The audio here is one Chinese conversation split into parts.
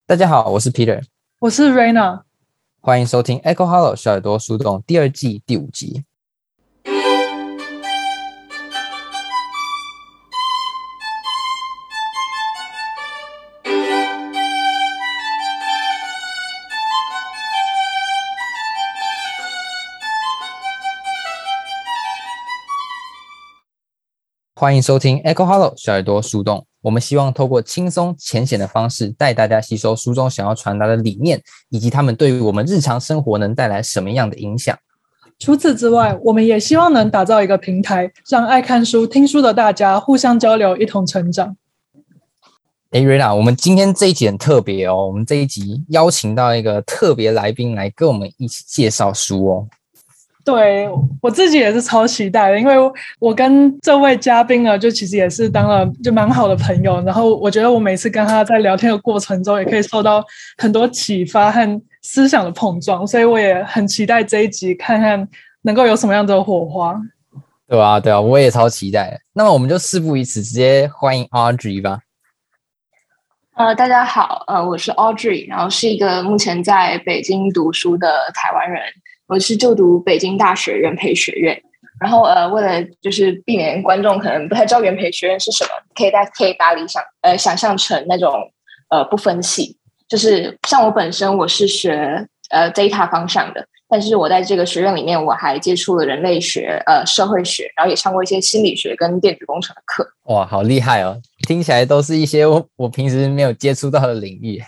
大家好，我是 Peter， 我是 Raina， 欢迎收听 Echo Hollow 小耳朵树洞第2季第5集。欢迎收听 Echo Hollow 小耳朵树洞，我们希望透过轻松浅显的方式带大家吸收书中想要传达的理念，以及他们对于我们日常生活能带来什么样的影响。 除此之外，我们也希望能打造一个平台，让爱看书听书的大家互相交流，一同成长。 Raina， 我们今天这一集很特别哦，我们这一集邀请到一个特别来宾来跟我们一起介绍书哦。 对，我自己也是超期待的，因为我跟这位嘉宾呢，就其实也是当了就蛮好的朋友，然后我觉得我每次跟他在聊天的过程中，也可以受到很多启发和思想的碰撞，所以我也很期待这一集，看看能够有什么样的火花。 对啊，我也超期待的。那么我们就事不宜迟，直接欢迎 Audrey 吧。 大家好，我是 Audrey， 然后是一个目前在北京读书的台湾人。我是就读北京大学元培学院，然后为了就是避免观众可能不太知道元培学院是什么，大家可以把想象成那种不分系，就是像我本身我是学data 方向的，但是我在这个学院里面我还接触了人类学、社会学，然后也上过一些心理学跟电子工程的课。 哇，好厉害哦！听起来都是一些我平时没有接触到的领域。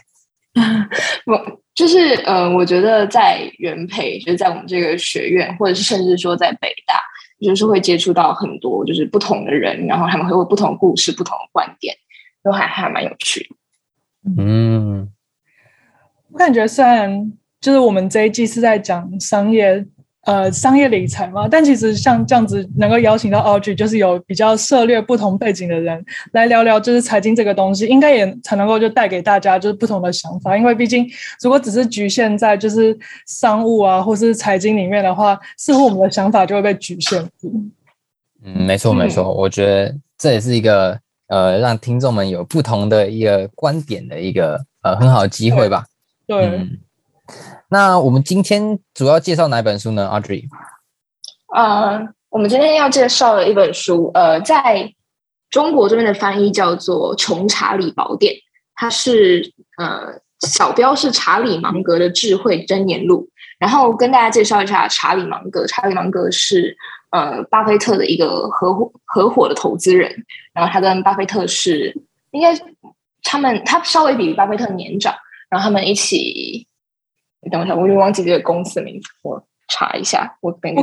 就是我觉得在元培，就是在我们这个学院，或者是甚至说在北大，就是会接触到很多就是不同的人，然后他们会有不同的故事、不同的观点，都还蛮有趣的。 我感觉虽然就是我们这一季是在讲商业理财嘛，但其实像这样子能够邀请到 Audrey， 就是有比较涉猎不同背景的人来聊聊就是财经这个东西，应该也才能够就带给大家就是不同的想法，因为毕竟如果只是局限在就是商务啊或是财经里面的话，似乎我们的想法就会被局限住。 没错，我觉得这也是一个让听众们有不同的一个观点的一个很好的机会吧。 对。 那我们今天主要介绍哪本书呢 Audrey？ 我们今天要介绍的一本书在中国这边的翻译叫做《穷查理宝典》，它是小标是查理芒格的智慧箴言录。然后跟大家介绍一下查理芒格是巴菲特的一个合伙的投资人，然后他跟巴菲特是应该他稍微比巴菲特年长，然后他们一起，等我一下，我就忘记这个公司的名字，我查一下。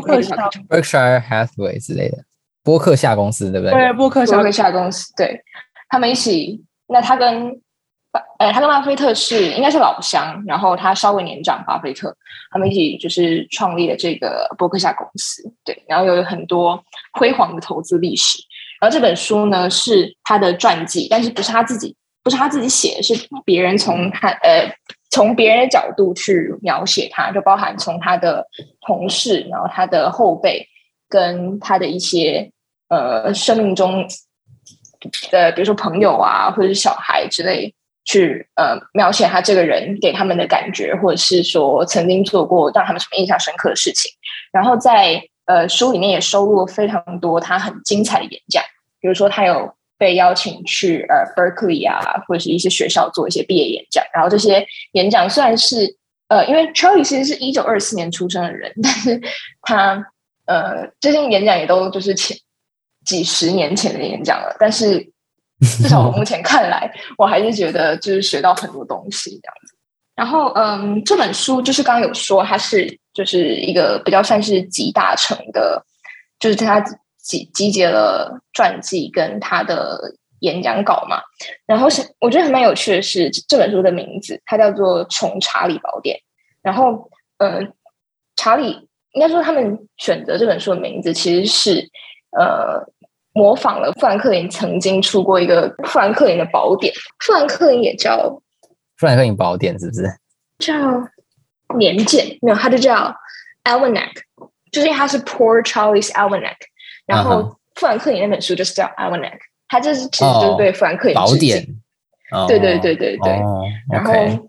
Berkshire Hathaway 之类的，波克夏公司，对不对？ 对，波克夏公司，对，他们一起。那他跟巴菲特应该是老乡，然后他稍微年长巴菲特，他们一起就是创立了这个波克夏公司，对，然后有很多辉煌的投资历史。然后这本书呢是他的传记，但是不是他自己写的，是别人从别人的角度去描写他，就包含从他的同事，然后他的后辈，跟他的一些生命中的比如说朋友啊，或者是小孩之类，去描写他这个人给他们的感觉，或者是说曾经做过让他们什么印象深刻的事情。然后在书里面也收录了非常多他很精彩的演讲，比如说他有被邀请去Berkeley 啊，或者是一些学校做一些毕业演讲。然后这些演讲虽然是因为 Charlie 其实是1924年出生的人，但是他这些演讲也都就是几十年前的演讲了，但是至少我目前看来，我还是觉得就是学到很多东西这样子。然后这本书就是刚刚有说它是就是一个比较算是集大成的，就是他集结了传记跟他的演讲稿嘛。然后我觉得还蛮有趣的是这本书的名字，它叫做《穷查理宝典》。然后查理应该说他们选择这本书的名字其实是模仿了富兰克林曾经出过一个富兰克林的宝典，富兰克林也叫富兰克林宝典，是不是叫年鉴？没有，它就叫 Almanac， 就是因为它是 Poor Charlie's Almanac， 然后富兰克林那本书就是叫 Almanac， 它就是其实就是对富兰克林宝典。 对。然后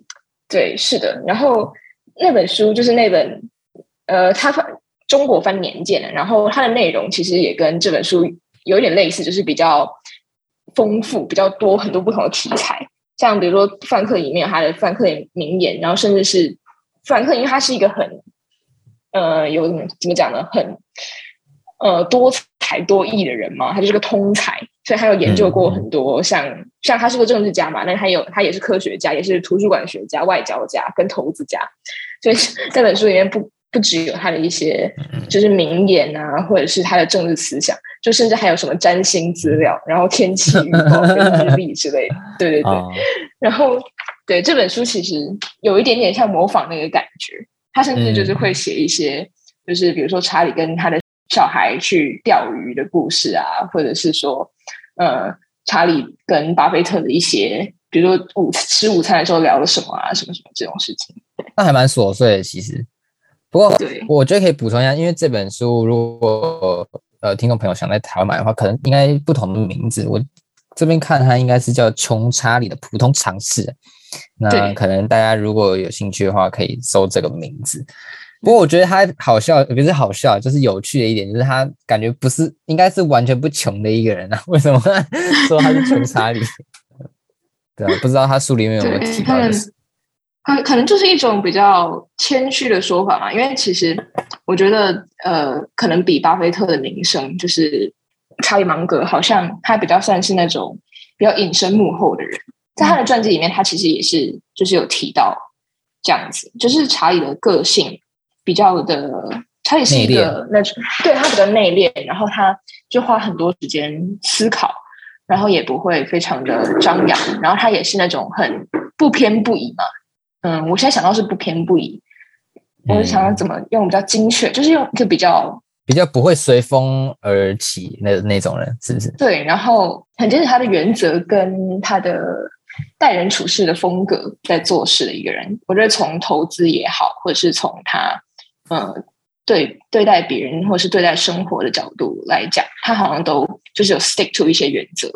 对，是的。然后那本书就是那本它中国翻年鉴的，然后它的内容其实也跟这本书有一点类似，就是比较丰富、比较多很多不同的题材。像比如说富兰克林里面有他的富兰克林名言，然后甚至是富兰克林，因为他是一个很有怎么讲呢，很多才多艺的人嘛，他就是个通才，所以他有研究过很多像他是个政治家嘛，但他也是科学家，也是图书馆学家、外交家跟投资家，所以这本书里面不只有他的一些就是名言啊，或者是他的政治思想，就甚至还有什么占星资料，然后天气预报跟日历之类的。对对对，然后对这本书其实有一点点像模仿那个感觉，他甚至就是会写一些就是比如说查理跟他的小孩去钓鱼的故事啊，或者是说查理跟巴菲特的一些比如说吃午餐的时候聊了什么啊，什么什么这种事情。 那还蛮琐碎的其实。不过我觉得可以补充一下，因为这本书如果听众朋友想在台湾买的话，可能应该不同的名字。我这边看它应该是叫《穷查理的普通常识》，那可能大家如果有兴趣的话，可以搜这个名字。不过我觉得他好笑，不是好笑，就是有趣的一点，就是他感觉不是，应该是完全不穷的一个人啊。为什么说他是穷查理？对啊，不知道他书里面有没有提到的事。 可能就是一种比较谦虚的说法嘛，因为其实我觉得可能比巴菲特的名声，就是查理芒格好像他比较算是那种比较隐身幕后的人，在他的传记里面他其实也是就是有提到这样子，就是查理的个性比较的，他也是一个那种对他比较内敛，然后他就花很多时间思考，然后也不会非常的张扬，然后他也是那种很不偏不倚嘛。我现在想到是不偏不倚，我就想要怎么用比较精确，就是用一个比较不会随风而起那种人，是不是？ 对，然后很坚持他的原则跟他的待人处事的风格在做事的一个人。我觉得从投资也好，或者是从他对待别人或者是对待生活的角度来讲，他好像都就是有 stick to 一些原则。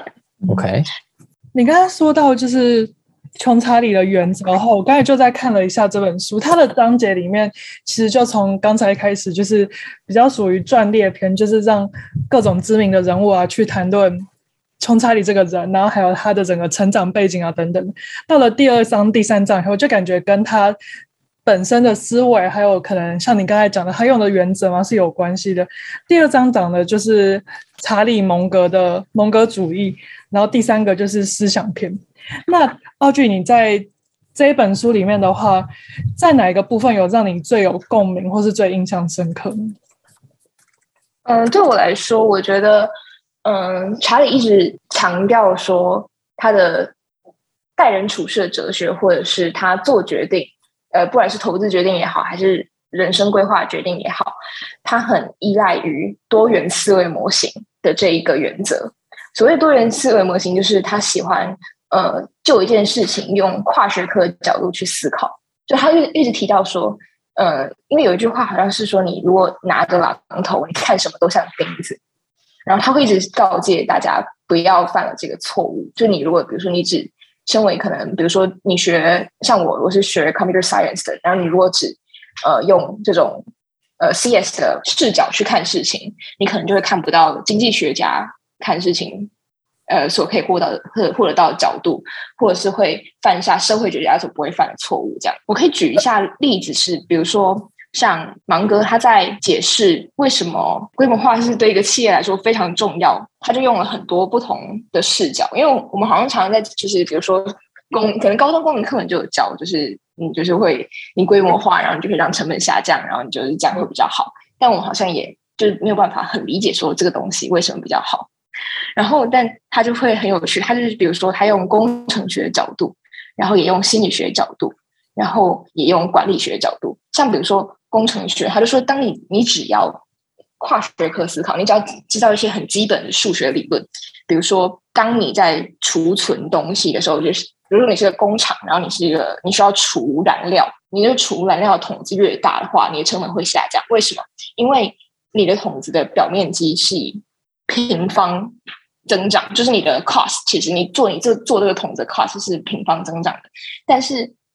OK， 你刚刚说到就是穷查理的原则后，我刚才就在看了一下这本书，它的章节里面其实就从刚才开始就是比较属于传列篇，就是让各种知名的人物啊去谈论穷查理这个人，然后还有他的整个成长背景啊等等。到了第2章、第3章以后，就感觉跟他本身的思维，还有可能像你刚才讲的他用的原则嘛是有关系的。第2章讲的就是查理蒙格的蒙格主义，然后第3个就是思想篇。那奥剧，你在这一本书里面的话，在哪一个部分有让你最有共鸣或是最印象深刻呢？ 对我来说，我觉得查理一直强调说他的待人处事的哲学，或者是他做决定不管是投资决定也好，还是人生规划决定也好，他很依赖于多元思维模型的这一个原则。所谓多元思维模型，就是他喜欢就一件事情用跨学科的角度去思考。就他一直提到说因为有一句话好像是说，你如果拿着榔头，你看什么都像钉子。然后他会一直告诫大家不要犯了这个错误。就你如果比如说你只身为可能比如说你学像我是学 computer science 的，然后你如果只用这种CS 的视角去看事情，你可能就会看不到经济学家看事情所可以获得到的角度，或者是会犯下社会学家所不会犯的错误。这样，我可以举一下例子是，比如说像芒格他在解释为什么规模化是对一个企业来说非常重要，他就用了很多不同的视角。因为我们好像常常在就是比如说可能高中公民课本就有教，就是你就是会你规模化，然后你就可以让成本下降，然后你就是这样会比较好。但我们好像也就是没有办法很理解说这个东西为什么比较好。然后但他就会很有趣，他就是比如说他用工程学的角度，然后也用心理学的角度，然后也用管理学的角度。像比如说工程学，他就说当你只要跨学科思考，你只要知道一些很基本的数学理论，比如说当你在储存东西的时候，就是比如说你是个工厂，然后你需要储燃料，你的储燃料的桶子越大的话，你的成本会下降。为什么？因为你的桶子的表面积是以平方增长，就是你的 cost 其实你做这个桶子的 cost 是平方增长的。但是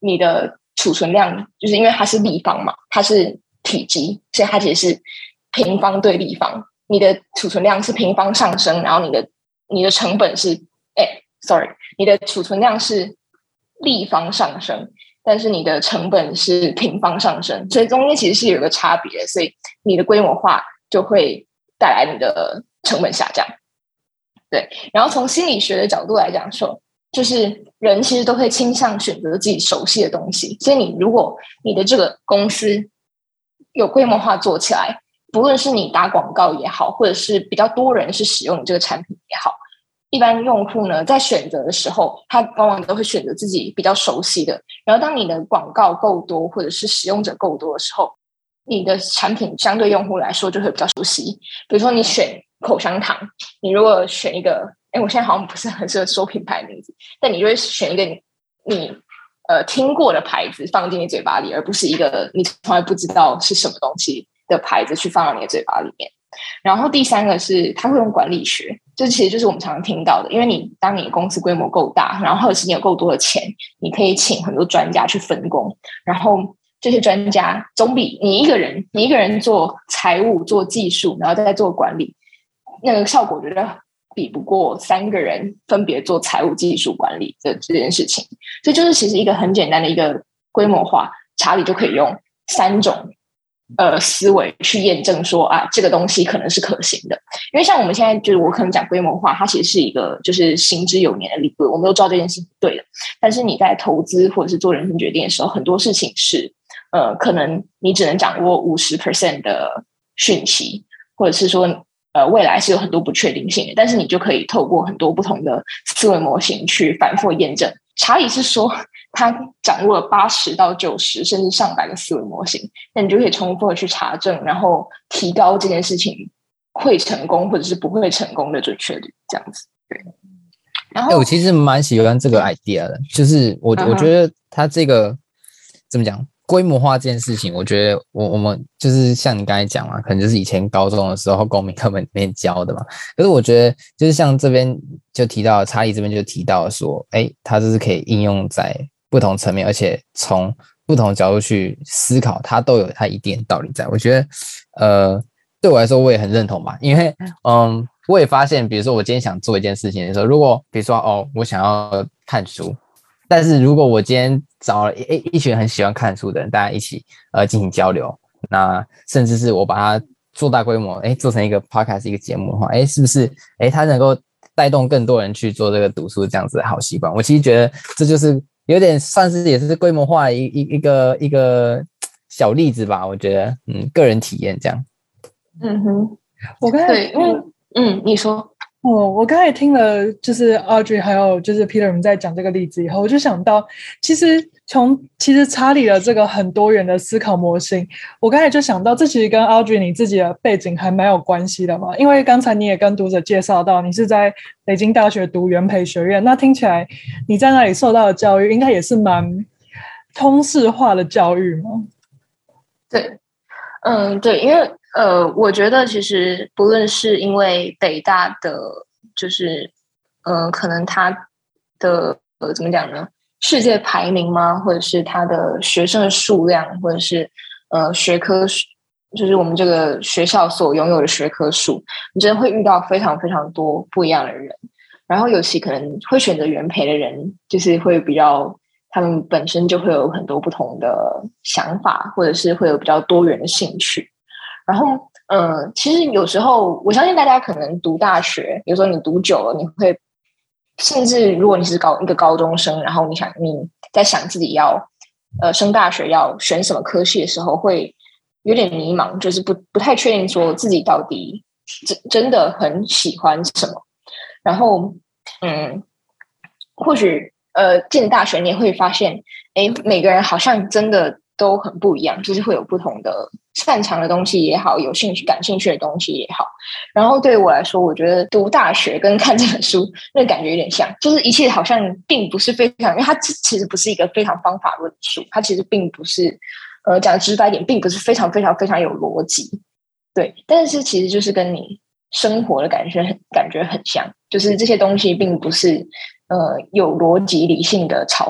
你的储存量，就是因为它是立方嘛，它是体积，所以它其实是平方对立方。你的储存量是平方上升，然后你的成本是你的储存量是立方上升，但是你的成本是平方上升，所以中间其实是有一个差别，所以你的规模化就会带来你的成本下降。对，然后从心理学的角度来讲说，就是人其实都会倾向选择自己熟悉的东西，所以如果你的这个公司有规模化做起来，不论是你打广告也好，或者是比较多人是使用你这个产品也好，一般用户呢在选择的时候，他往往都会选择自己比较熟悉的。然后当你的广告够多，或者是使用者够多的时候，你的产品相对用户来说就会比较熟悉。比如说你选口香糖，你如果选一个，我现在好像不是很适合说品牌名字，但你就会选一个你听过的牌子放进你嘴巴里，而不是一个你从来不知道是什么东西的牌子去放到你的嘴巴里面。然后第三个是他会用管理学，这其实就是我们常常听到的，因为当你的公司规模够大，然后或者是你有够多的钱，你可以请很多专家去分工，然后这些专家总比你一个人做财务做技术然后再做管理，那个效果我觉得比不过3个人分别做财务技术管理的这件事情。所以就是其实一个很简单的一个规模化，查理就可以用3种思维去验证说这个东西可能是可行的。因为像我们现在就是我可能讲规模化，它其实是一个就是行之有年的理论，我们都知道这件事情对的。但是你在投资或者是做人生决定的时候，很多事情是可能你只能掌握 50% 的讯息，或者是说未来是有很多不确定性的，但是你就可以透过很多不同的思维模型去反复验证。查理是说他掌握了80到90甚至上百个思维模型，那你就可以重复的去查证，然后提高这件事情会成功或者是不会成功的准确率，这样子。对。然后我其实蛮喜欢这个 idea 的，就是我觉得他这个怎么讲规模化这件事情，我觉得我们就是像你刚才讲嘛，可能就是以前高中的时候公民课本里面教的嘛。可是我觉得就是像这边就提到查理这边就提到说，他这是可以应用在不同层面，而且从不同角度去思考，它都有它一定的道理在。我觉得对我来说我也很认同吧，因为我也发现，比如说我今天想做一件事情的时候，如果比如说我想要看书，但是如果我今天找了一群很喜欢看书的人，大家一起进行交流，那甚至是我把它做大规模，做成一个 podcast 一个节目的话，是不是它能够带动更多人去做这个读书这样子的好习惯？我其实觉得这就是有点算是也是规模化一个小例子吧，我觉得个人体验这样。 我刚才对，你说。 我刚才听了就是 Audrey 还有就是 Peter 们在讲这个例子以后，我就想到其实查理的这个很多元的思考模型，我刚才就想到这其实跟 Audrey 你自己的背景还蛮有关系的嘛，因为刚才你也跟读者介绍到你是在北京大学读元培学院，那听起来你在那里受到的教育应该也是蛮通识化的教育吗？ 对，对，因为我觉得其实不论是因为北大的就是可能它的怎么讲呢，世界排名吗，或者是它的学生的数量，或者是学科就是我们这个学校所拥有的学科数，你真的会遇到非常非常多不一样的人。然后尤其可能会选择元培的人，就是会比较他们本身就会有很多不同的想法，或者是会有比较多元的兴趣。然后其实有时候我相信大家可能读大学，有时候你读久了，你会甚至如果你是一个高中生，然后你在想自己要升大学要选什么科系的时候，会有点迷茫，就是不太确定说自己到底真的很喜欢什么。然后或许进大学你也会发现，每个人好像真的都很不一样，就是会有不同的擅长的东西也好，有感兴趣的东西也好。然后对我来说，我觉得读大学跟看这本书那个感觉有点像，就是一切好像并不是非常，因为它其实不是一个非常方法论的书，它其实并不是讲直白点，并不是非常非常非常有逻辑，对，但是其实就是跟你生活的感觉很像，就是这些东西并不是有逻辑理性的朝你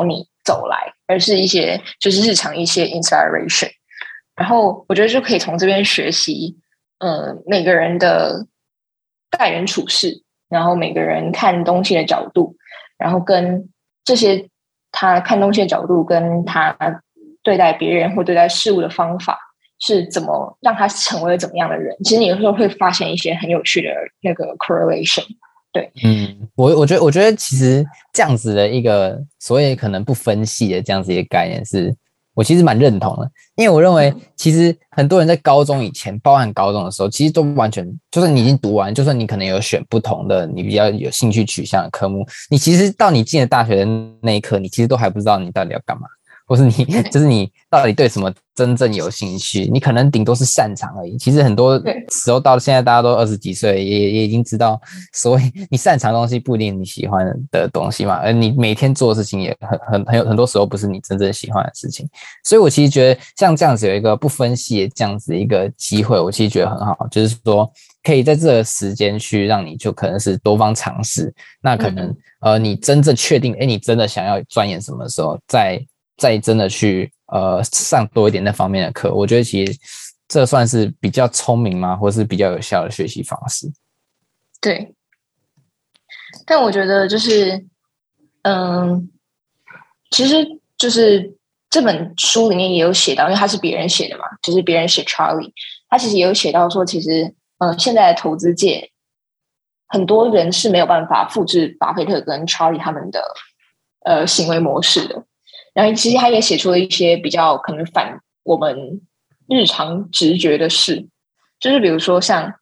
走来，而是一些就是日常一些 inspiration。然后我觉得就可以从这边学习，每个人的待人处事，然后每个人看东西的角度，然后跟这些他看东西的角度跟他对待别人或对待事物的方法是怎么让他成为了怎么样的人。其实你有时候会发现一些很有趣的那个 correlation。对， 我觉得其实这样子的一个所谓可能不分系的这样子一个概念是我其实蛮认同的，因为我认为其实很多人在高中以前，包含高中的时候，其实都完全就算你已经读完，就算你可能有选不同的你比较有兴趣取向的科目，你其实到你进了大学的那一刻，你其实都还不知道你到底要干嘛，或是你就是你到底对什么真正有兴趣，你可能顶多是擅长而已。其实很多时候到现在大家都20几岁，也已经知道，所谓你擅长的东西不一定你喜欢的东西嘛，而你每天做的事情也很多时候不是你真正喜欢的事情。所以我其实觉得像这样子有一个不分系的这样子一个机会，我其实觉得很好，就是说可以在这个时间去让你就可能是多方尝试，那可能你真正确定你真的想要钻研什么的时候，再真的去上多一点那方面的课，我觉得其实这算是比较聪明吗，或是比较有效的学习方式。 对，但我觉得就是其实就是这本书里面也有写到，因为他是别人写的嘛，就是别人写 Charlie， 他其实也有写到说，其实现在的投资界很多人是没有办法复制巴菲特跟 Charlie 他们的行为模式的。然后其实他也写出了一些比较可能反我们日常直觉的事，就是比如说像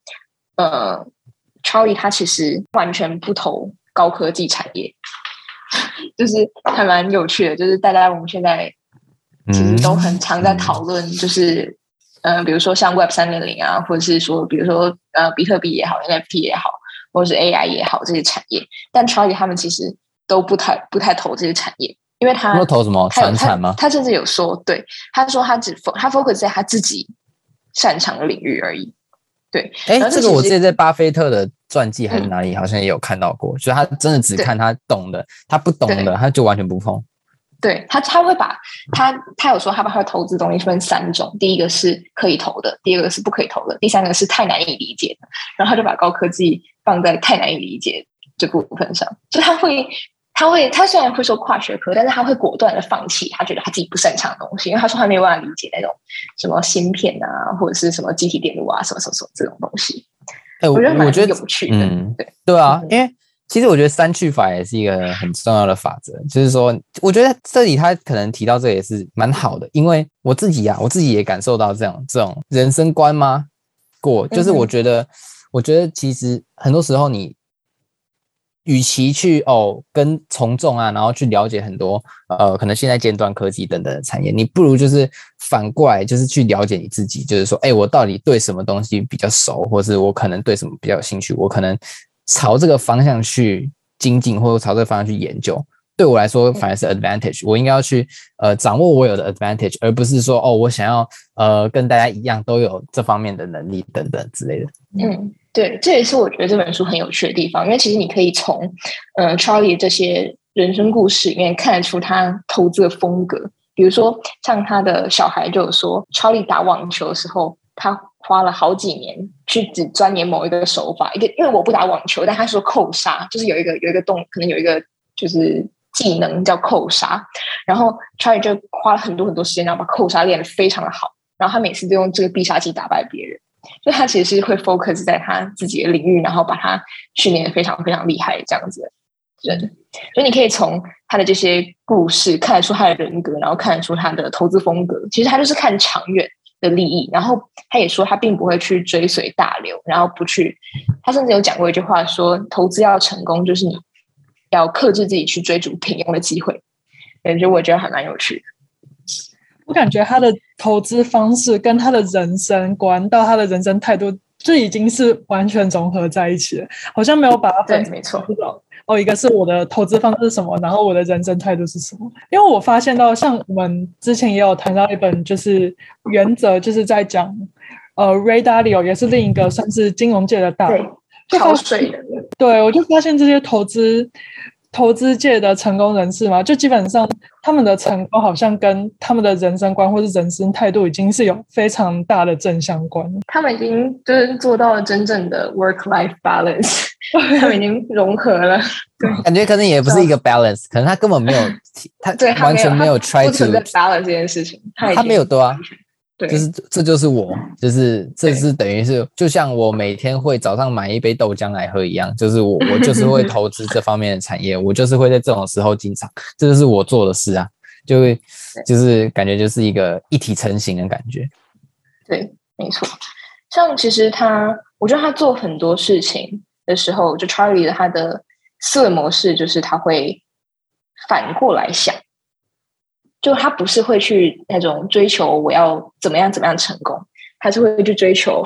Charlie 他其实完全不投高科技产业，就是还蛮有趣的。就是大家我们现在其实都很常在讨论，就是比如说像 Web 3.0啊，或者是说比如说比特币也好 NFT 也好，或者是 AI 也好这些产业，但 Charlie 他们其实都不太投这些产业。因为他投什么传产吗？ 他甚至有说，对，他说他focus 在他自己擅长的领域而已。对， 这个我之前在巴菲特的传记还是哪里好像也有看到过，所以他真的只看他懂的，他不懂的他就完全不碰。 对，他会把他有说他把他的投资东西分3种，第一个是可以投的，第二个是不可以投的，第三个是太难以理解的，然后他就把高科技放在太难以理解这部分上，就他虽然会说跨学科，但是他会果断的放弃他觉得他自己不擅长的东西，因为他说他没有办法理解那种什么芯片啊，或者是什么机体电路啊，什么这种东西。我觉得蛮有趣的。 对啊，因为其实我觉得3去法也是一个很重要的法则，就是说，我觉得这里他可能提到这也是蛮好的，因为我自己也感受到这种人生观吗？就是我觉得其实很多时候你。与其去跟从众啊，然后去了解很多可能现在尖端科技等等的产业，你不如就是反过来就是去了解你自己，就是说我到底对什么东西比较熟，或是我可能对什么比较有兴趣，我可能朝这个方向去精进，或者朝这个方向去研究，对我来说反而是 advantage， 我应该要去掌握我有的 advantage， 而不是说我想要跟大家一样都有这方面的能力等等之类的。 对，这也是我觉得这本书很有趣的地方，因为其实你可以从Charlie 这些人生故事里面看得出他投资的风格。比如说像他的小孩就有说 Charlie 打网球的时候，他花了好几年去只钻研某一个手法，因为我不打网球，但他说扣杀，就是有一个可能有一个就是技能叫扣杀，然后 Charlie 就花了很多很多时间，然后把扣杀练得非常的好，然后他每次都用这个必杀技打败别人。就他其实是会 focus 在他自己的领域，然后把他训练得非常非常厉害这样子的人。所以你可以从他的这些故事看得出他的人格，然后看得出他的投资风格。其实他就是看长远的利益，然后他也说他并不会去追随大流，然后不去。他甚至有讲过一句话说，投资要成功，就是你要克制自己去追逐平庸的机会。就我觉得还蛮有趣的。 我感觉他的投资方式跟他的人生观到他的人生态度就已经是完全融合在一起了，好像没有把它分成。 对，没错。 一个是我的投资方式是什么，然后我的人生态度是什么。因为我发现到，像我们之前也有谈到一本就是原则，就是在讲Ray Dalio 也是另一个算是金融界的大佬， 超水的。 对，我就发现这些投资投资界的成功人士嘛，就基本上他们的成功好像跟他们的人生观或是人生态度已经是有非常大的正相关。 他们已经就是做到了真正的 work-life balance， 他们已经融合了。对， 感觉可能也不是一个 balance， 可能他根本没有，他完全没有 try to 不存在 balance 这件事情， 他没有对啊。 对， 这就是我，这是等于是就像我每天会早上买一杯豆浆来喝一样，就是我就是会投资这方面的产业，我就是会在这种时候进场，这就是我做的事啊，就是感觉就是一个一体成型的感觉。 对，没错。像其实我觉得他做很多事情的时候，就 Charlie 的他的思维模式就是他会反过来想。就他不是会去那种追求我要怎么样成功，他是会去追求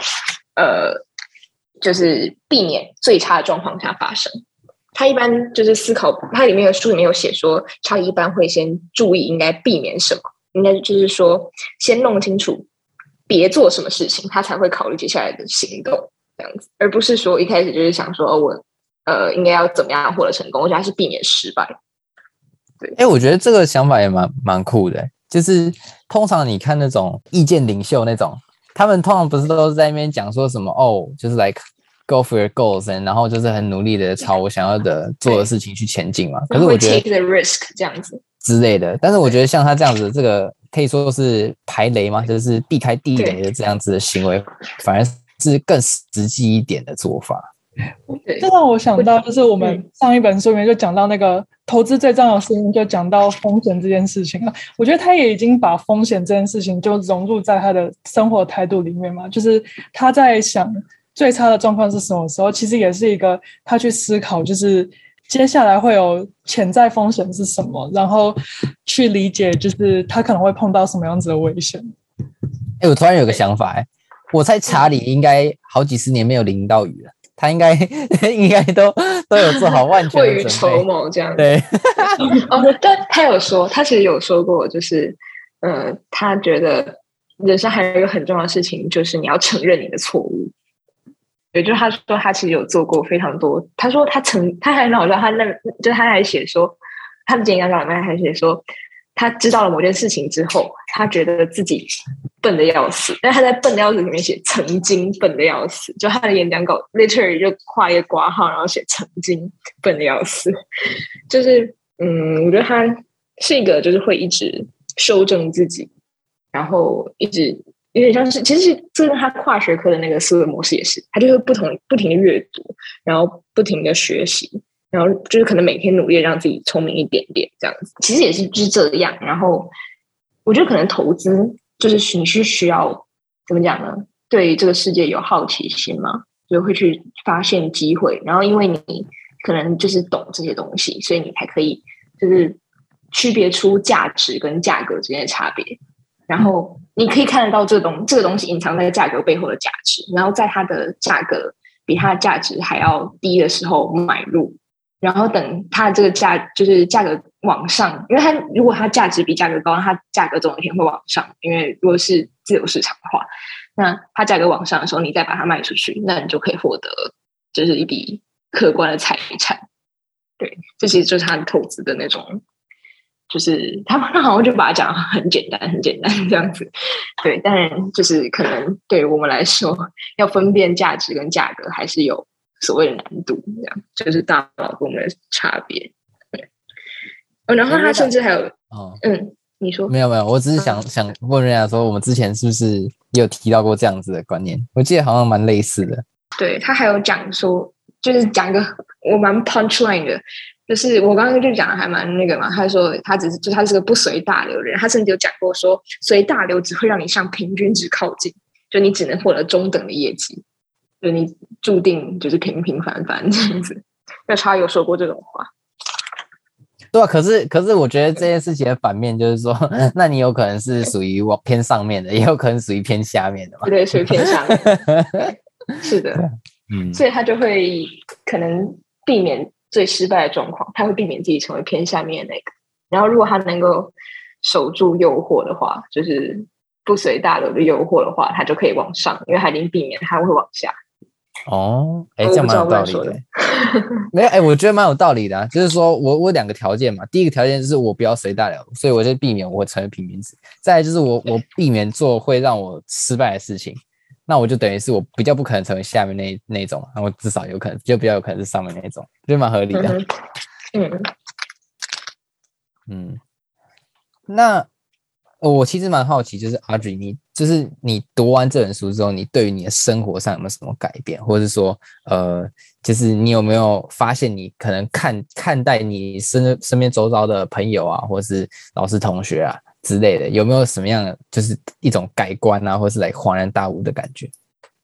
就是避免最差的状况下发生。他一般就是思考，他里面的书里面有写说，他一般会先注意应该避免什么，应该就是说先弄清楚别做什么事情，他才会考虑接下来的行动这样子，而不是说一开始就是想说我应该要怎么样获得成功，我觉得他是避免失败。 我觉得这个想法也蛮酷的，就是通常你看那种意见领袖那种，他们通常不是都是在那边讲说什么就是 like go for your goals， 然后就是很努力的朝我想要的做的事情去前进嘛。可是我觉得 take the risk 这样子之类的，但是我觉得像他这样子，这个可以说是排雷嘛，就是避开地雷的这样子的行为，反而是更实际一点的做法。 这让我想到，就是我们上一本书里面就讲到那个投资最重要的事情，就讲到风险这件事情了。我觉得他也已经把风险这件事情就融入在他的生活态度里面嘛，就是他在想最差的状况是什么时候，其实也是一个他去思考，就是接下来会有潜在风险是什么，然后去理解就是他可能会碰到什么样子的危险。 我突然有个想法，我猜查理应该好几十年没有淋到雨了。他应该都有做好万全的准备， 未雨绸缪这样。 对， 但他有说，他其实有说过，就是他觉得人生还有一个很重要的事情，就是你要承认你的错误。也就是他说他其实有做过非常多。他说他还很好笑，他还写说，他的演讲稿里面还写说，他知道了某件事情之后，他觉得自己笨的要死，但他在笨的要死里面写曾经笨的要死，就他的演讲稿 literally 就画一个括号，然后写曾经笨的要死。就是我觉得他是一个就是会一直修正自己，然后一直有点像是，其实这跟他跨学科的那个思维模式也是，他就会不停的阅读，然后不停的学习，然后就是可能每天努力让自己聪明一点点这样子，其实也是就是这样。然后我觉得可能投资就是你是需要怎么讲呢？对这个世界有好奇心嘛，就会去发现机会，然后因为你可能就是懂这些东西，所以你才可以就是区别出价值跟价格之间的差别。然后你可以看得到这个东西隐藏在价格背后的价值，然后在它的价格比它的价值还要低的时候买入，然后等它这个价格往上，因为如果它价值比价格高，那它价格总有一天会往上，因为如果是自由市场的话，那它价格往上的时候，你再把它卖出去，那你就可以获得就是一笔可观的财产。对，这其实就是他投资的那种。就是他好像就把它讲很简单这样子，对，当然就是可能对于我们来说，要分辨价值跟价格还是有所谓的难度，这样就是大脑跟我们的差别。对，然后他甚至还有，你说没有，我只是想问人家说，我们之前是不是也有提到过这样子的观念？我记得好像蛮类似的。 对，他还有讲说，就是讲一个我蛮 punchline 的。就是我刚刚就讲的还蛮那个嘛，他说他是个不随大流的人，他甚至有讲过说随大流只会让你向平均值靠近，就你只能获得中等的业绩，就你注定就是平平凡凡这样子。那他有说过这种话。 对啊，可是我觉得这件事情的反面就是说，那你有可能是属于偏上面的，也有可能属于偏下面的嘛。 对，属于偏下面。是的，所以他就会可能避免最失败的状况，他会避免自己成为偏下面的那个。然后如果他能够守住诱惑的话，就是不随大流的诱惑的话，他就可以往上，因为他已经避免他会往下。 哦，这样蛮有道理的。没有，我觉得蛮有道理的啊。就是说我2个条件嘛，第一个条件就是我不要随大流，所以我就避免我成为平民子。再来就是我避免做会让我失败的事情，那我就等于是我比较不可能成为下面那种，我至少有可能就比较有可能是上面那种，就蛮合理的。那我其实蛮好奇，就是 Audrey， 你读完这本书之后，你对于你的生活上有没有什么改变，或者是说，就是你有没有发现你可能看待你身边周遭的朋友啊，或者是老师同学啊之类的，有没有什么样的就是一种改观啊，或是来恍然大悟的感觉？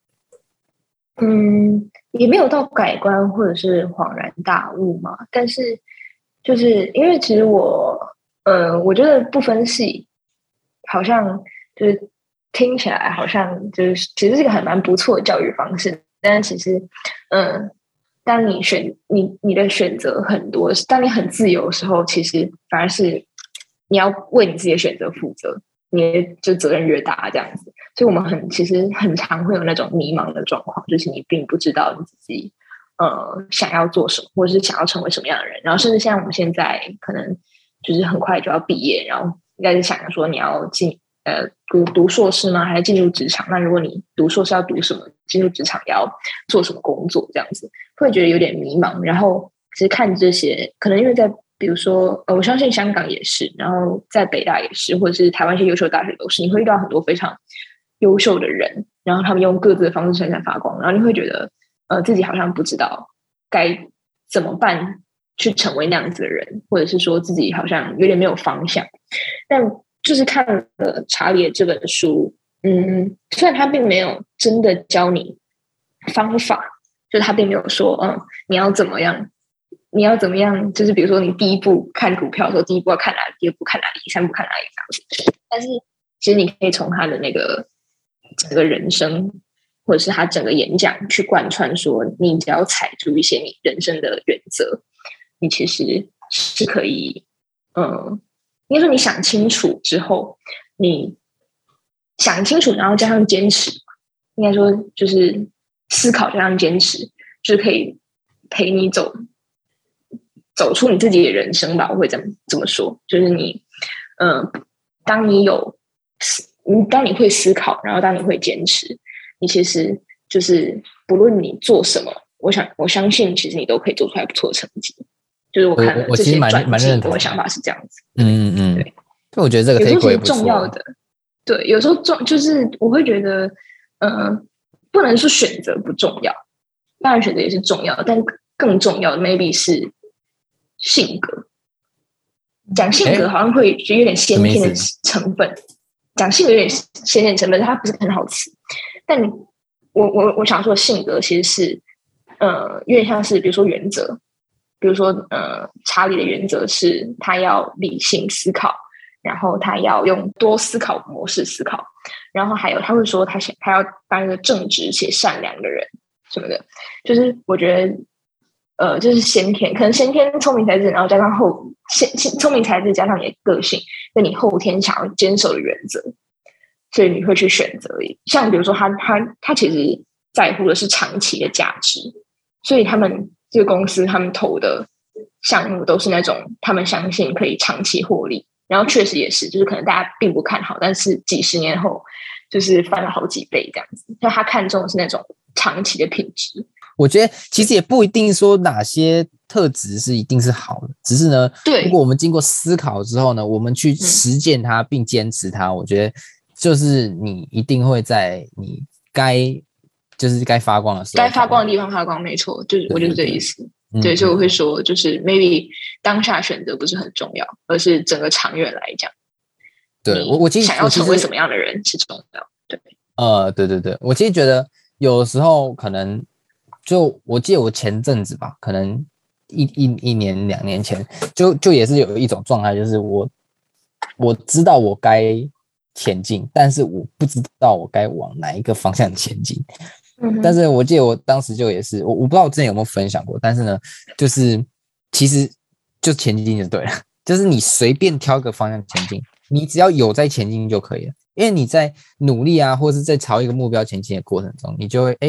也没有到改观或者是恍然大悟嘛，但是就是因为其实我觉得不分系好像就是听起来好像就是其实是一个还蛮不错的教育方式，但是其实当你你的选择很多，当你很自由的时候，其实反而是你要为你自己的选择负责，你就责任越大这样子。所以我们其实很常会有那种迷茫的状况，就是你并不知道你自己想要做什么，或者是想要成为什么样的人。然后甚至像我们现在可能就是很快就要毕业，然后应该是想着说你要读硕士吗？还是进入职场？那如果你读硕士要读什么？进入职场要做什么工作？这样子会觉得有点迷茫。然后其实看这些，可能因为在比如说我相信香港也是，然后在北大也是，或者是台湾一些优秀的大学都是，你会遇到很多非常优秀的人，然后他们用各自的方式闪闪发光，然后你会觉得自己好像不知道该怎么办去成为那样子的人，或者是说自己好像有点没有方向。但就是看了查理这本书，虽然他并没有真的教你方法，就是他并没有说你要怎么样，就是比如说你第一步看股票的时候，第一步要看哪里，第二步看哪里，第三步看哪里这样子。但是其实你可以从他的那个整个人生，或者是他整个演讲去贯穿说，你只要踩住一些你人生的原则，你其实是可以应该说你想清楚之后，你想清楚然后加上坚持，应该说就是思考加上坚持，就是可以陪你走出你自己的人生吧。我会这么说，就是你当你会思考，然后当你会坚持，你其实就是不论你做什么，我相信其实你都可以做出来不错的成绩。就是我看了这些传记，我的想法是这样子。对， 我觉得这个 take away 不错。 重要的，对，有时候就是我会觉得，不能说选择不重要，当然选择也是重要，但更重要的 maybe 是性格。讲性格好像会觉得有点先天的成分，讲性格有点先天的成分，它不是很好词。但我想说，性格其实是有点像是比如说原则。比如说，查理的原则是他要理性思考，然后他要用多思考模式思考，然后还有他会说他要当一个正直且善良的人什么的。就是我觉得，就是先天，可能先天聪明才智，然后加上聪明才智加上你的个性，跟你后天想要坚守的原则，所以你会去选择。像比如说他其实在乎的是长期的价值，所以这个公司他们投的项目都是那种他们相信可以长期获利，然后确实也是，就是可能大家并不看好，但是几十年后就是翻了好几倍这样子。所以他看重的是那种长期的品质。 我觉得其实也不一定说哪些特质是一定是好的，只是呢，如果我们经过思考之后呢，我们去实践它并坚持它，我觉得就是你一定会在你该发光的时候， 该发光的地方发光，没错，就是我就是这个意思。对，所以我会说，就是 maybe 当下选择不是很重要，而是整个长远来讲， 对我其实想要成为什么样的人是重要。对， 对，我其实觉得有时候可能我记得我前阵子吧，可能一年2年前，就也是有一种状态，就是我知道我该前进，但是我不知道我该往哪一个方向前进。但是我记得我当时就也是，我不知道我之前有没有分享过，但是呢，就是其实就前进就对了，就是你随便挑个方向前进，你只要有在前进就可以了。因为你在努力啊，或是在朝一个目标前进的过程中，你就会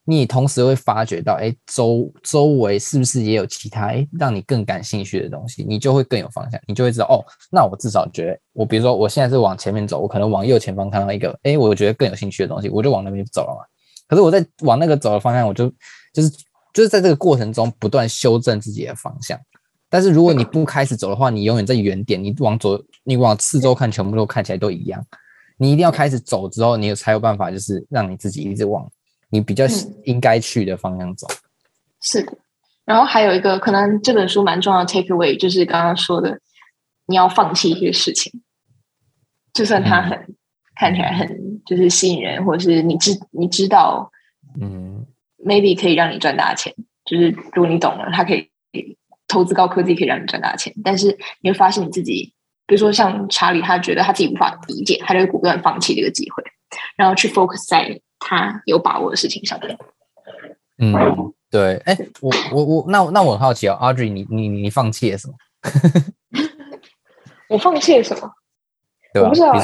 你也同时会发觉到，周围是不是也有其他让你更感兴趣的东西，你就会更有方向，你就会知道哦，那我至少觉得，我比如说我现在是往前面走，我可能往右前方看到一个，我觉得更有兴趣的东西，我就往那边走了嘛。可是我在往那个走的方向，我就是在这个过程中不断修正自己的方向。但是如果你不开始走的话，你永远在原点，你往四周看，全部都看起来都一样。你一定要开始走之后，你才有办法，就是让你自己一直往你比较应该去的方向走。 是的。然后还有一个可能这本书蛮重要的 take away， 就是刚刚说的，你要放弃一些事情，就算它看起来很就是吸引人，或者是你知道maybe 可以让你赚大钱，就是如果你懂了，它可以投资高科技可以让你赚大钱，但是你会发现你自己，比如说像查理，他觉得他自己无法理解，他就会果断放弃这个机会，然后去 focus 在他有把握的事情上面。 对，那我很好奇哦 ，Audrey， 你放弃了什么？ 我放弃了什么？ 对吧？ 我不知道。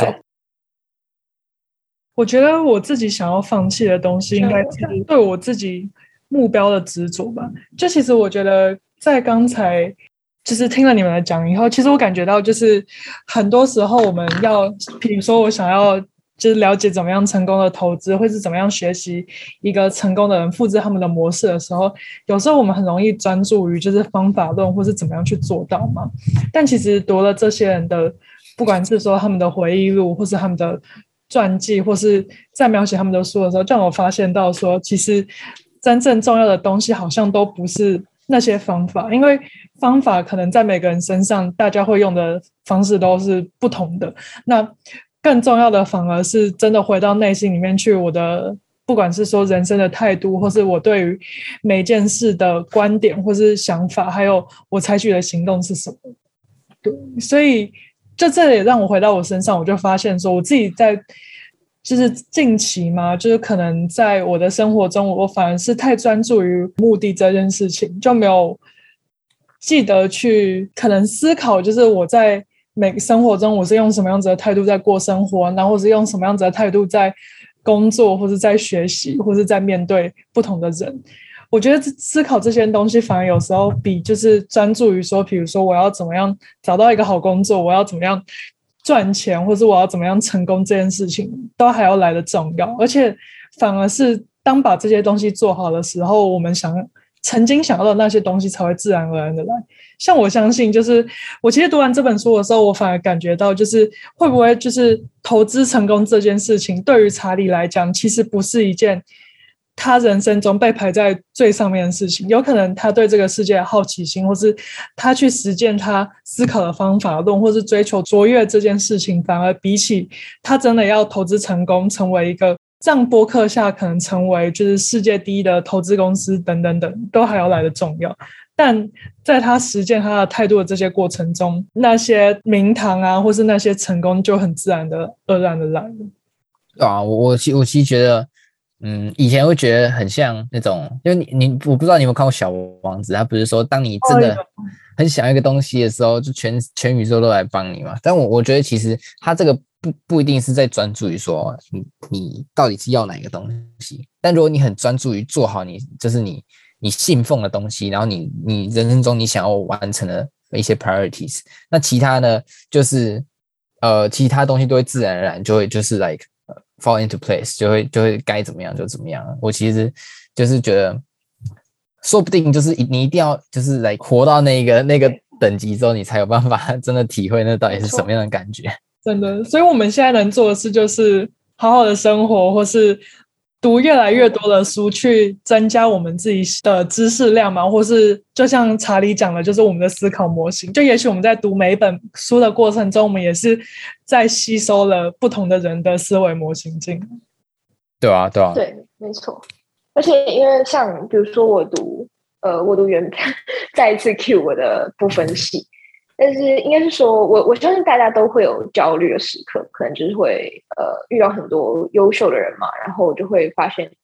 我觉得我自己想要放弃的东西，应该是对我自己目标的执着吧。就其实我觉得，在刚才就是听了你们的讲以后，其实我感觉到，就是很多时候我们要，比如说我想要就是了解怎么样成功的投资，或是怎么样学习一个成功的人复制他们的模式的时候，有时候我们很容易专注于就是方法论或是怎么样去做到嘛。但其实读了这些人的，不管是说他们的回忆录，或是他们的传记，或是在描写他们的书的时候，就让我发现到说，其实真正重要的东西好像都不是那些方法，因为方法可能在每个人身上，大家会用的方式都是不同的。那更重要的反而是真的回到内心里面去，我的不管是说人生的态度，或是我对于每件事的观点或是想法，还有我采取的行动是什么。对，所以就这也让我回到我身上，我就发现说我自己在就是近期嘛，就是可能在我的生活中，我反而是太专注于目的这件事情，就没有记得去可能思考，就是我在每个生活中我是用什么样子的态度在过生活，然后是用什么样子的态度在工作，或是在学习，或是在面对不同的人。我觉得思考这些东西反而有时候比就是专注于说，比如说我要怎么样找到一个好工作，我要怎么样赚钱，或是我要怎么样成功这件事情都还要来得重要。而且反而是当把这些东西做好的时候，我们曾经想要的那些东西才会自然而然的来。像我相信就是我其实读完这本书的时候，我反而感觉到就是会不会就是投资成功这件事情对于查理来讲其实不是一件他人生中被排在最上面的事情，有可能他对这个世界的好奇心，或是他去实践他思考的方法论，或是追求卓越这件事情，反而比起他真的要投资成功，成为一个让播客下可能成为就是世界第一的投资公司等等等，都还要来得重要。但在他实践他的态度的这些过程中，那些名堂啊，或是那些成功就很自然的而然的来了。 对啊，我其实觉得以前会觉得很像那种，因为我不知道你有没有看过小王子，他不是说当你真的很想要一个东西的时候，就全宇宙都来帮你嘛。但我觉得其实他这个不一定是在专注于说你到底是要哪个东西，但如果你很专注于做好就是你信奉的东西，然后你人生中你想要完成的一些 priorities， 那其他呢就是其他东西都会自然而然就会就是 like fall into place， 就会该怎么样就怎么样。我其实就是觉得说不定就是你一定要就是来活到那个等级之后，你才有办法真的体会那到底是什么样的感觉。 真的，所以我们现在能做的事就是好好的生活，或是读越来越多的书，去增加我们自己的知识量嘛，或是就像查理讲的，就是我们的思考模型。就也许我们在读每一本书的过程中，我们也是在吸收了不同的人的思维模型进来。 对啊，对啊， 对，没错。而且因为像比如说我读原再一次 cue 我的不分系。但是应该是说我相信大家都会有焦虑的时刻，可能就是会遇到很多优秀的人嘛，然后就会发现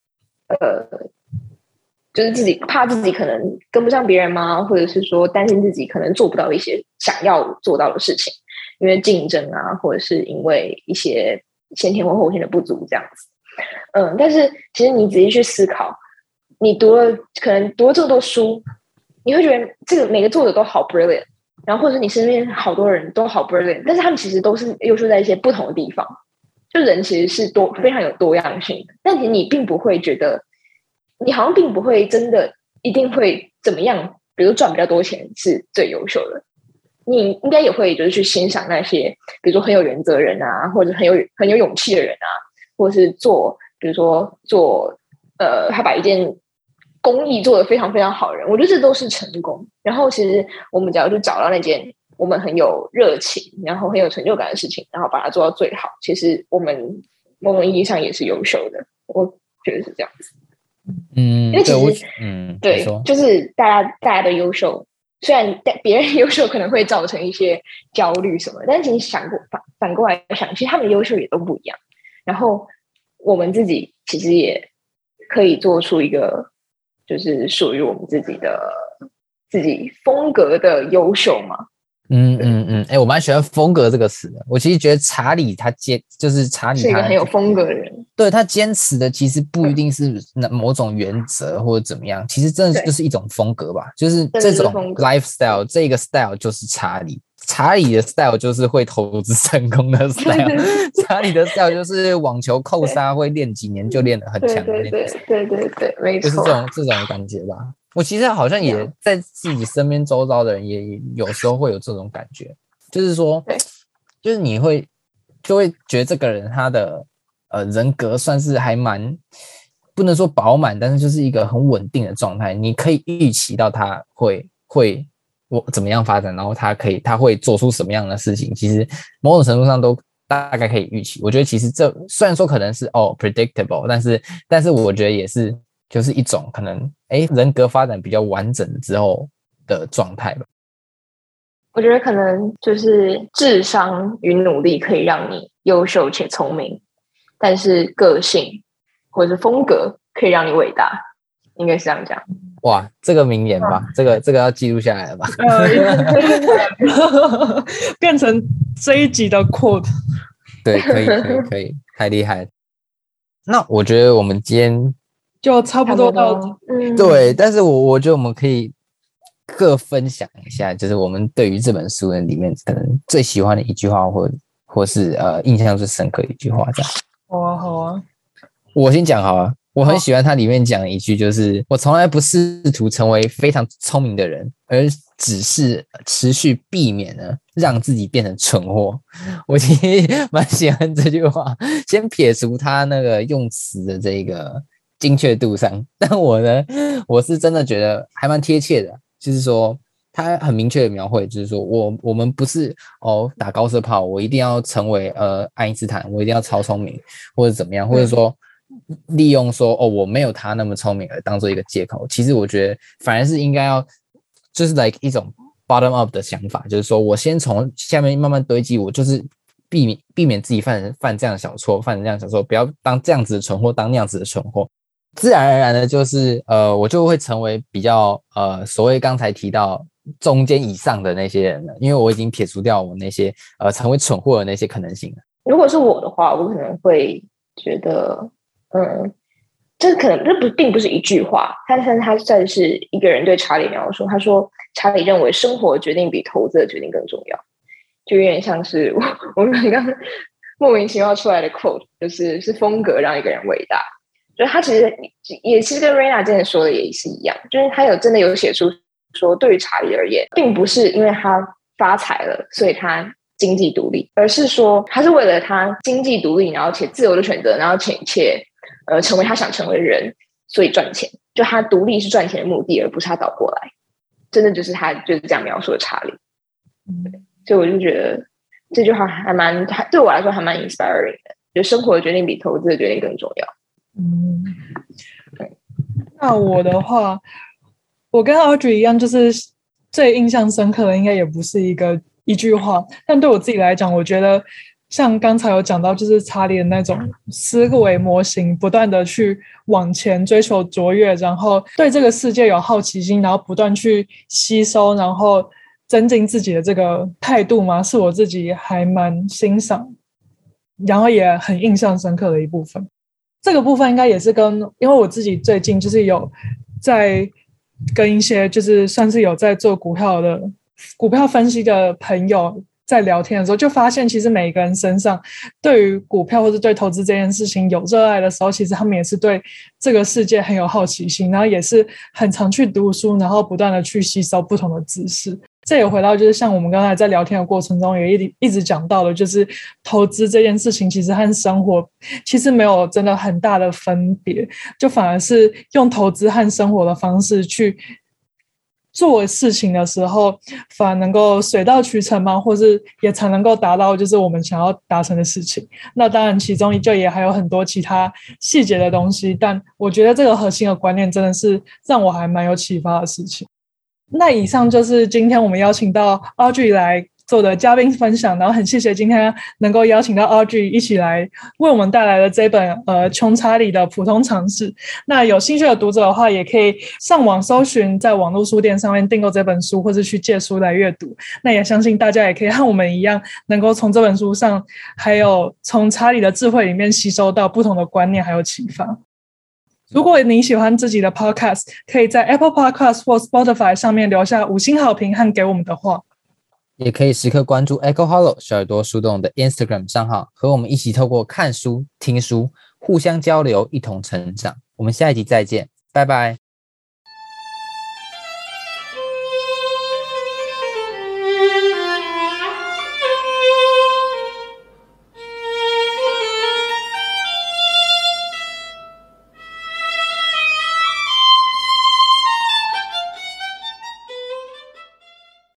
就是怕自己可能跟不上别人嘛，或者是说担心自己可能做不到一些想要做到的事情，因为竞争啊，或者是因为一些先天或后天的不足这样子。但是其实你仔细去思考， 你可能读了这么多书，你会觉得这个每个作者都好 brilliant， 然后或者是你身边好多人都好 brilliant， 但是他们其实都是优秀在一些不同的地方。就人其实是非常有多样性的，但其实你并不会觉得，你好像并不会真的一定会怎么样，比如赚比较多钱是最优秀的。你应该也会就是去欣赏那些，比如说很有原则的人啊，或者很有勇气的人啊，或者是比如说他把一件公益做得非常非常好的人，我觉得这都是成功。然后其实我们只要去找到那件我们很有热情，然后很有成就感的事情，然后把它做到最好，其实我们某种意义上也是优秀的。我觉得是这样子。因为其实对，就是大家的优秀，虽然别人优秀可能会造成一些焦虑什么，但其实反过来想，其实他们的优秀也都不一样。然后我们自己其实也可以做出一个就是属于我们自己风格的优秀嘛。 我蛮喜欢风格这个词的。我其实觉得查理就是查理， 是一个很有风格的人。 对，他坚持的其实不一定是某种原则或者怎么样，其实真的就是一种风格吧。就是这种 lifestyle， 这个 style 就是查理。查理的 style 就是会投资成功的 style， 查理的 style 就是网球扣杀会练几年就练得很强的那种。 对，没错， 就是这种感觉吧。我其实好像也在自己身边周遭的人也有时候会有这种感觉，就是说，就是你就会觉得这个人他的人格算是还蛮不能说饱满，但是就是一个很稳定的状态。你可以预期到他会怎么样发展，然后他会做出什么样的事情，其实某种程度上都大概可以预期。我觉得其实这虽然说可能是predictable， 但是我觉得也是就是一种可能人格发展比较完整之后的状态吧。 我觉得可能就是智商与努力可以让你优秀且聪明，但是个性或者是风格可以让你伟大，应该是这样讲。 哇，这个名言吧，这个要记录下来了吧？ 变成这一集的 quote。 对，可以，太厉害了。那我觉得我们今天就差不多到对，但是我觉得我们可以各分享一下，就是我们对于这本书里面可能最喜欢的一句话，或是印象最深刻的一句话，这样。 好啊， 我先讲好了。我很喜欢它里面讲的一句，就是我从来不试图成为非常聪明的人，而只是持续避免呢让自己变成蠢货。我其实蛮喜欢这句话，先撇除它那个用词的这个精确度上，但我是真的觉得还蛮贴切的，就是说他很明确的描绘，就是说我们不是打高射炮，我一定要成为爱因斯坦，我一定要超聪明或者怎么样，或者说利用说我没有他那么聪明而当做一个借口。其实我觉得反而是应该要就是 like 一种 bottom up 的想法，就是说我先从下面慢慢堆积，我就是避免自己犯这样的小错，犯这样的小错，不要当这样子的蠢货，当那样子的蠢货。自然而然的就是我就会成为比较所谓刚才提到中间以上的那些人了，因为我已经撇除掉我那些成为蠢货的那些可能性了。 如果是我的话，我可能会觉得这并不是一句话，他算是一个人对查理描述。他说查理认为生活的决定比投资的决定更重要，就有点像是我们刚刚莫名其妙出来的 quote， 是风格让一个人伟大。就是他其实也是跟 Raina 之前说的也是一样，就是他真的有写出说，对于查理而言，并不是因为他发财了，所以他经济独立，而是说他是为了他经济独立，然后且自由的选择，然后且成为他想成为的人，所以赚钱。就他独立是赚钱的目的，而不是他倒过来。真的就是他就是这样描述的查理。所以我就觉得这句话对我来说还蛮 inspiring 的，就生活的决定比投资的决定更重要。 那我的话，我跟 Audrey 一样，就是最印象深刻的应该也不是一句话，但对我自己来讲，我觉得像刚才有讲到，就是查理的那种思维模型，不断的去往前追求卓越，然后对这个世界有好奇心，然后不断去吸收，然后增进自己的这个态度嘛，是我自己还蛮欣赏，然后也很印象深刻的一部分。 这个部分应该也是因为我自己最近就是有在跟一些就是算是有在做股票分析的朋友在聊天的时候，就发现其实每一个人身上对于股票或者对投资这件事情有热爱的时候，其实他们也是对这个世界很有好奇心，然后也是很常去读书，然后不断的去吸收不同的知识。这也回到就是像我们刚才在聊天的过程中也一直讲到的，就是投资这件事情其实和生活其实没有真的很大的分别，就反而是用投资和生活的方式去做事情的时候，反而能够水到渠成嘛，或是也才能够达到就是我们想要达成的事情。那当然其中就也还有很多其他细节的东西，但我觉得这个核心的观念真的是让我还蛮有启发的事情。那以上就是今天我们邀请到 Audrey 来做的嘉宾分享，然后很谢谢今天能够邀请到 Audrey 一起来为我们带来了这本穷查理的普通常识。那有兴趣的读者的话，也可以上网搜寻，在网络书店上面订购这本书，或是去借书来阅读。那也相信大家也可以和我们一样，能够从这本书上，还有从查理的智慧里面吸收到不同的观念还有启发。如果你喜欢自己的 podcast， 可以在 Apple Podcast 或 Spotify 上面留下5星好评和给我们的话， 也可以时刻关注 Echo Hollow 小耳朵树洞的 Instagram 账号，和我们一起透过看书、听书，互相交流，一同成长。我们下一集再见，拜拜。